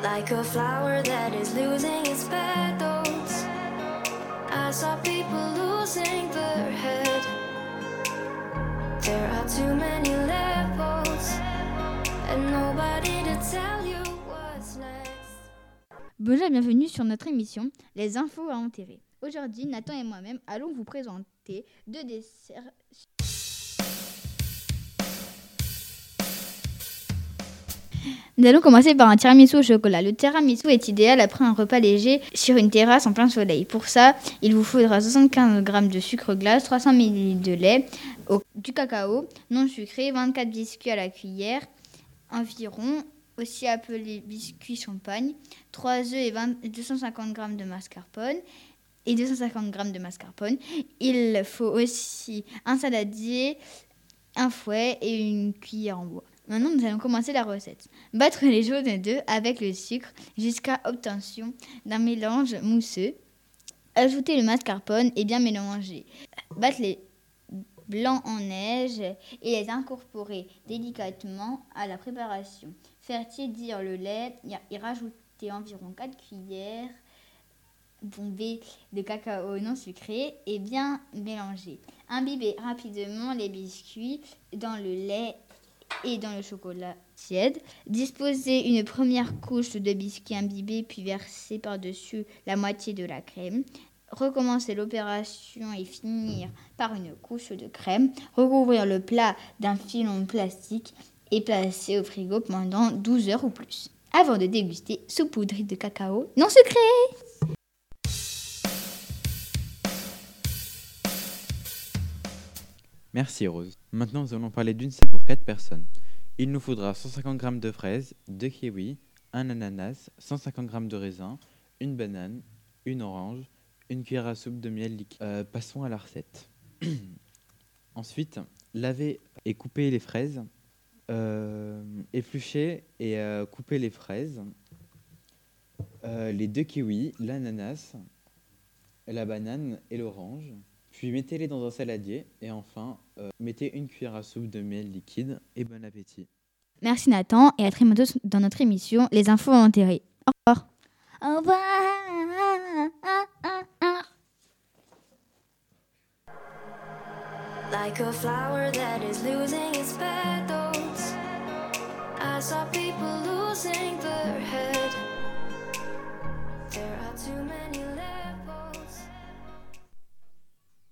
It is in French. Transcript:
Like a flower that is losing its petals. I saw people losing their head. There are too many levels, and nobody to tell you what's next. Bonjour et bienvenue sur notre émission Les infos à enterrer. Aujourd'hui, Nathan et moi-même allons vous présenter deux desserts. Nous allons commencer par un tiramisu au chocolat. Le tiramisu est idéal après un repas léger sur une terrasse en plein soleil. Pour ça, il vous faudra 75 g de sucre glace, 300 ml de lait, du cacao non sucré, 24 biscuits à la cuillère environ, aussi appelés biscuits champagne, 3 œufs et 250 g de mascarpone. Il faut aussi un saladier, un fouet et une cuillère en bois. Maintenant, nous allons commencer la recette. Battre les jaunes d'œufs avec le sucre jusqu'à obtention d'un mélange mousseux. Ajouter le mascarpone et bien mélanger. Battre les blancs en neige et les incorporer délicatement à la préparation. Faire tiédir le lait et rajouter environ 4 cuillères bombées de cacao non sucré et bien mélanger. Imbiber rapidement les biscuits dans le lait et dans le chocolat tiède. Disposer une première couche de biscuits imbibés puis verser par-dessus la moitié de la crème. Recommencer l'opération et finir par une couche de crème. Recouvrir le plat d'un filon plastique et placer au frigo pendant 12 heures ou plus. Avant de déguster saupoudré de cacao non sucré. Merci Rose. Maintenant, nous allons parler d'une C pour 4 personnes. Il nous faudra 150 g de fraises, 2 kiwis, un ananas, 150 g de raisin, une banane, une orange, une cuillère à soupe de miel liquide. Passons à la recette. Ensuite, laver et couper les fraises. Éplucher et couper les fraises. Les 2 kiwis, l'ananas, la banane et l'orange. Puis mettez-les dans un saladier et enfin, mettez une cuillère à soupe de miel liquide et bon appétit. Merci Nathan et à très bientôt dans notre émission Les infos à enterrer. Au revoir. Au revoir. Like a flower that is losing its petals. I saw people losing their head.